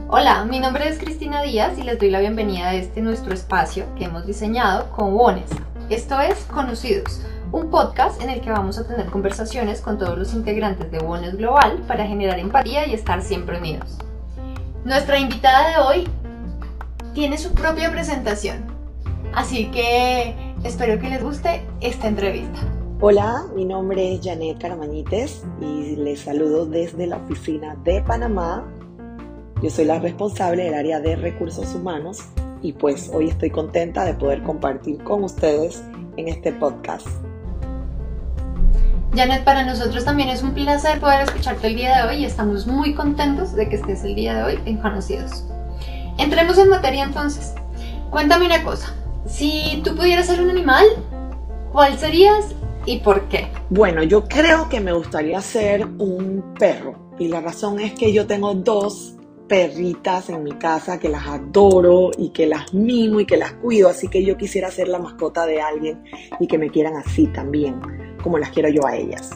Hola, mi nombre es Cristina Díaz y les doy la bienvenida a este nuestro espacio que hemos diseñado con Wones. Esto es Conocidos, un podcast en el que vamos a tener conversaciones con todos los integrantes de Wones Global para generar empatía y estar siempre unidos. Nuestra invitada de hoy tiene su propia presentación, así que espero que les guste esta entrevista. Hola, mi nombre es Janet Caramañites y les saludo desde la oficina de Panamá. Yo soy la responsable del área de recursos humanos y pues hoy estoy contenta de poder compartir con ustedes en este podcast. Janet, para nosotros también es un placer poder escucharte el día de hoy y estamos muy contentos de que estés el día de hoy en Conocidos. Entremos en materia entonces. Cuéntame una cosa, si tú pudieras ser un animal, ¿cuál serías y por qué? Bueno, yo creo que me gustaría ser un perro y la razón es que yo tengo dos perritas en mi casa que las adoro y que las mimo y que las cuido, así que yo quisiera ser la mascota de alguien y que me quieran así también, como las quiero yo a ellas.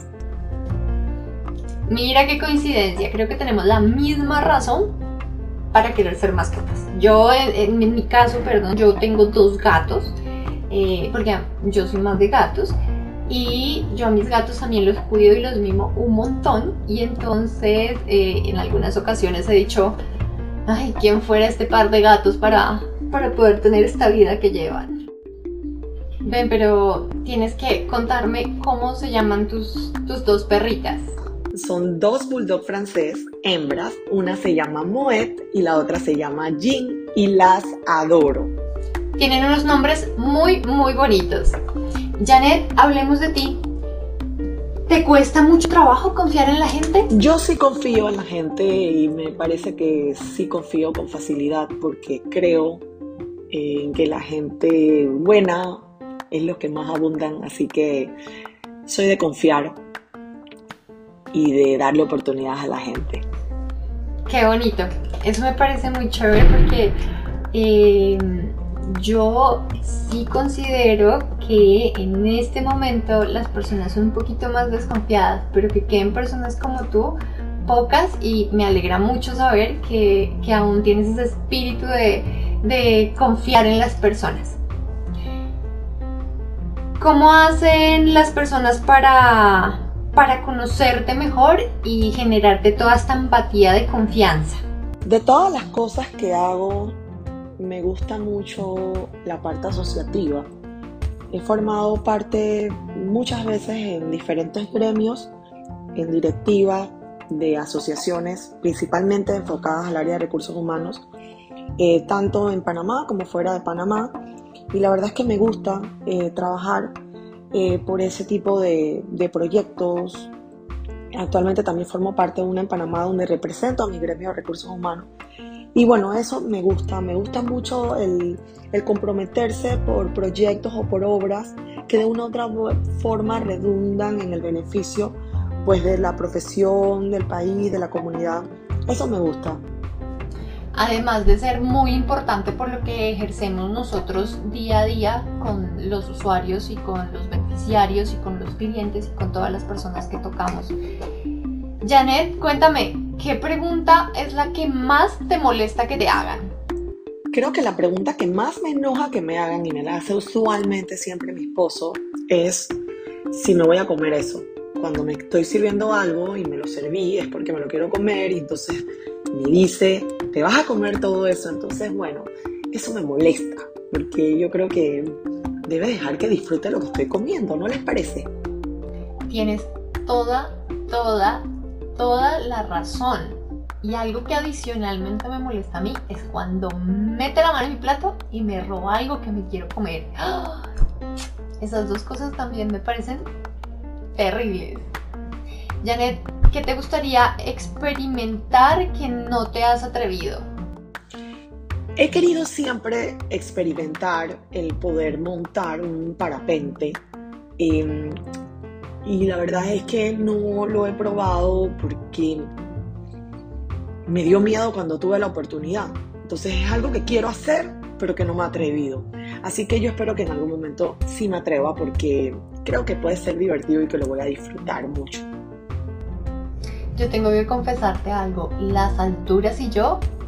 Mira qué coincidencia, creo que tenemos la misma razón para querer ser mascotas. Yo, en mi caso, yo tengo dos gatos, porque yo soy más de gatos, y yo a mis gatos también los cuido y los mimo un montón, y entonces en algunas ocasiones he dicho, ay, ¿quién fuera este par de gatos para poder tener esta vida que llevan? Ven, pero tienes que contarme cómo se llaman tus dos perritas. Son dos bulldog francés, hembras, una se llama Moet y la otra se llama Jean y las adoro. Tienen unos nombres muy bonitos. Janet, hablemos de ti. ¿Te cuesta mucho trabajo confiar en la gente? Yo sí confío en la gente y me parece que sí confío con facilidad porque creo en que la gente buena es lo que más abundan, así que soy de confiar y de darle oportunidades a la gente. Qué bonito. Eso me parece muy chévere porque yo sí considero que en este momento las personas son un poquito más desconfiadas, pero que queden personas como tú, pocas, y me alegra mucho saber que aún tienes ese espíritu de confiar en las personas. ¿Cómo hacen las personas para conocerte mejor y generarte toda esta empatía de confianza? De todas las cosas que hago, me gusta mucho la parte asociativa. He formado parte muchas veces en diferentes gremios, en directivas de asociaciones, principalmente enfocadas al área de recursos humanos, tanto en Panamá como fuera de Panamá. Y la verdad es que me gusta trabajar por ese tipo de proyectos. Actualmente también formo parte de una en Panamá donde represento a mi gremio de recursos humanos. Y bueno, eso me gusta mucho el comprometerse por proyectos o por obras que de una u otra forma redundan en el beneficio pues, de la profesión, del país, de la comunidad. Eso me gusta. Además de ser muy importante por lo que ejercemos nosotros día a día con los usuarios y con los beneficiarios y con los clientes y con todas las personas que tocamos. Janet, cuéntame, ¿qué pregunta es la que más te molesta que te hagan? Creo que la pregunta que más me enoja que me hagan, y me la hace usualmente siempre mi esposo, es si me voy a comer eso. Cuando me estoy sirviendo algo y me lo serví es porque me lo quiero comer y entonces me dice, ¿te vas a comer todo eso? Entonces, bueno, eso me molesta porque yo creo que debe dejar que disfrute lo que estoy comiendo, ¿no les parece? Tienes toda la razón. Y algo que adicionalmente me molesta a mí es cuando mete la mano en mi plato y me roba algo que me quiero comer. ¡Oh! Esas dos cosas también me parecen terribles. Janet, ¿qué te gustaría experimentar que no te has atrevido? He querido siempre experimentar el poder montar un parapente. Y la verdad es que no lo he probado porque me dio miedo cuando tuve la oportunidad. Entonces es algo que quiero hacer, pero que no me he atrevido. Así que yo espero que en algún momento sí me atreva porque creo que puede ser divertido y que lo voy a disfrutar mucho. Yo tengo que confesarte algo, las alturas y yo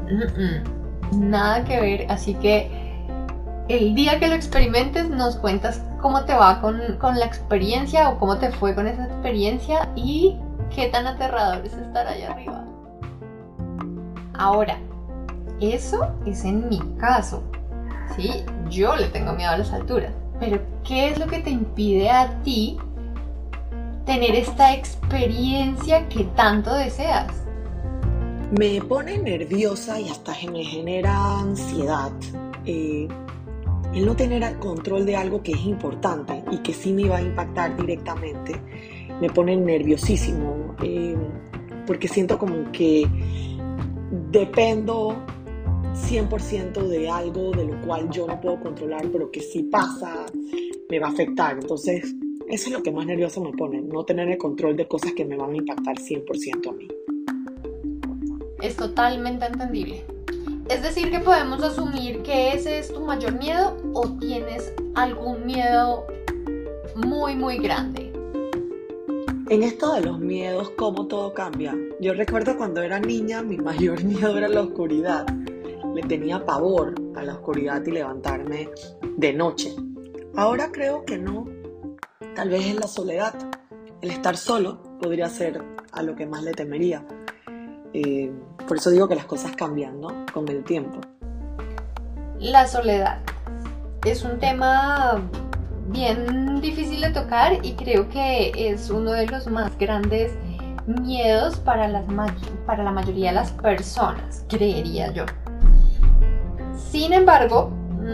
Nada que ver, así que el día que lo experimentes nos cuentas cómo te va con la experiencia o cómo te fue con esa experiencia y qué tan aterrador es estar allá arriba. Ahora, eso es en mi caso, ¿sí? Yo le tengo miedo a las alturas, pero ¿qué es lo que te impide a ti tener esta experiencia que tanto deseas? Me pone nerviosa y hasta me genera ansiedad el no tener el control de algo que es importante y que sí me va a impactar directamente. Me pone nerviosísimo porque siento como que dependo 100% de algo de lo cual yo no puedo controlar, pero que si pasa me va a afectar. Entonces eso es lo que más nervioso me pone, no tener el control de cosas que me van a impactar 100% a mí. Es totalmente entendible. Es decir, que podemos asumir que ese es tu mayor miedo o tienes algún miedo muy, muy grande. En esto de los miedos, cómo todo cambia. Yo recuerdo cuando era niña, mi mayor miedo era la oscuridad. Le tenía pavor a la oscuridad y levantarme de noche. Ahora creo que no. Tal vez es la soledad. El estar solo podría ser a lo que más le temería. Por eso digo que las cosas cambian, ¿no? Con el tiempo. La soledad es un tema bien difícil de tocar y creo que es uno de los más grandes miedos para la mayoría de las personas, creería yo. Sin embargo,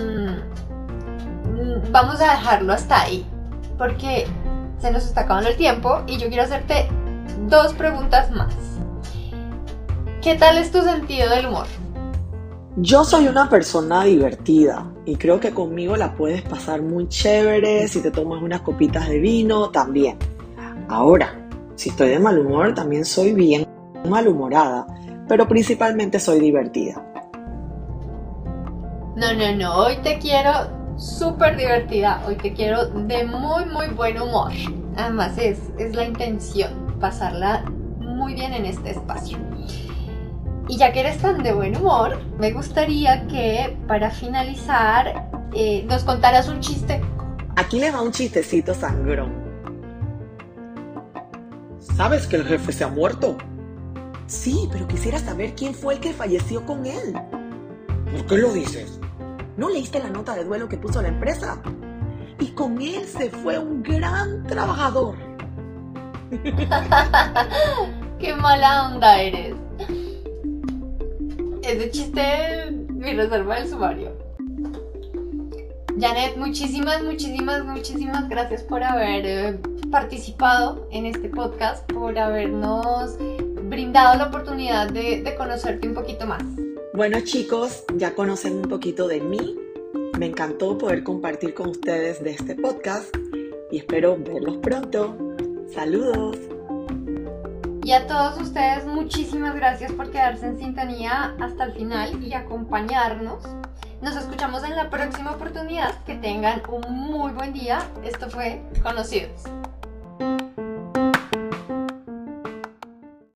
vamos a dejarlo hasta ahí porque se nos está acabando el tiempo y yo quiero hacerte 2 preguntas más. ¿Qué tal es tu sentido del humor? Yo soy una persona divertida y creo que conmigo la puedes pasar muy chévere. Si te tomas unas copitas de vino, también. Ahora, si estoy de mal humor, también soy bien malhumorada, pero principalmente soy divertida. No, hoy te quiero súper divertida, hoy te quiero de muy, muy buen humor. Además es la intención, pasarla muy bien en este espacio. Y ya que eres tan de buen humor, me gustaría que para finalizar nos contaras un chiste. Aquí les va un chistecito sangrón. ¿Sabes que el jefe se ha muerto? Sí, pero quisiera saber quién fue el que falleció con él. ¿Por qué lo dices? ¿No leíste la nota de duelo que puso la empresa? Y con él se fue un gran trabajador. ¡Qué mala onda eres! Ese chiste, mi reserva del sumario. Janet, muchísimas gracias por haber participado en este podcast, por habernos brindado la oportunidad de conocerte un poquito más. Bueno, chicos, ya conocen un poquito de mí. Me encantó poder compartir con ustedes de este podcast y espero verlos pronto. ¡Saludos! Y a todos ustedes, muchísimas gracias por quedarse en sintonía hasta el final y acompañarnos. Nos escuchamos en la próxima oportunidad. Que tengan un muy buen día. Esto fue Conocidos.